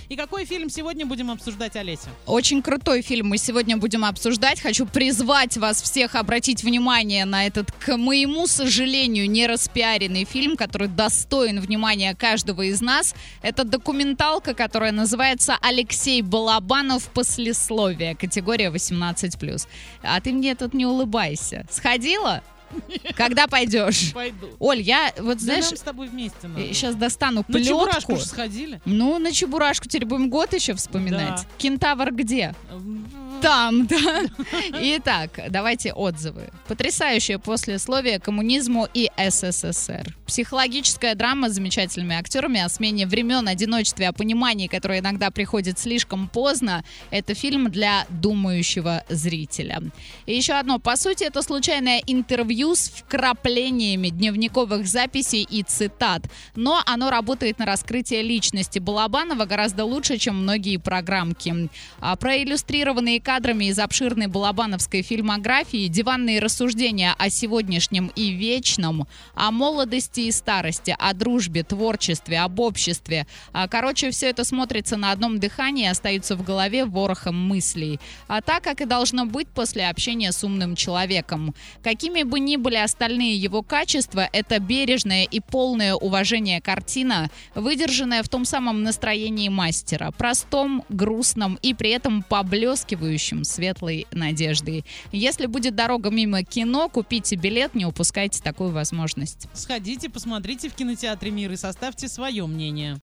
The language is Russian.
И какой фильм сегодня будем обсуждать, Олеся? Очень крутой фильм мы сегодня будем обсуждать. Хочу призвать вас всех обратить внимание на этот, к моему сожалению, не распиаренный фильм, который достоин внимания каждого из нас. Это документалка, которая называется «Алексей Балабанов. Послесловие». Категория 18+. А ты мне тут не улыбайся. Сходила? Когда пойдешь? Пойду. Оль, я вот знаешь, нам с тобой вместе надо. сейчас достану На плетку. Чебурашку же сходили. Ну, на Чебурашку теперь будем год еще вспоминать. Да. Кентавр где? Там, да. Итак, давайте отзывы. Потрясающее послесловие коммунизму и СССР. Психологическая драма с замечательными актерами о смене времен, одиночестве, о понимании, которое иногда приходит слишком поздно. Это фильм для думающего зрителя. И еще одно. По сути, это случайное интервью с вкраплениями дневниковых записей и цитат. Но оно работает на раскрытие личности Балабанова гораздо лучше, чем многие программки. Проиллюстрированные кадрами из обширной балабановской фильмографии, диванные рассуждения о сегодняшнем и вечном, о молодости и старости, о дружбе, творчестве, об обществе. Короче, все это смотрится на одном дыхании и остается в голове ворохом мыслей. Так, как и должно быть после общения с умным человеком. Какими бы ни были остальные его качества, это бережное и полное уважение картина, выдержанная в том самом настроении мастера, простом, грустном и при этом поблескивающем светлой надеждой. Если будет дорога мимо кино, купите билет, не упускайте такую возможность. Сходите, посмотрите в кинотеатре «Мир» и составьте свое мнение.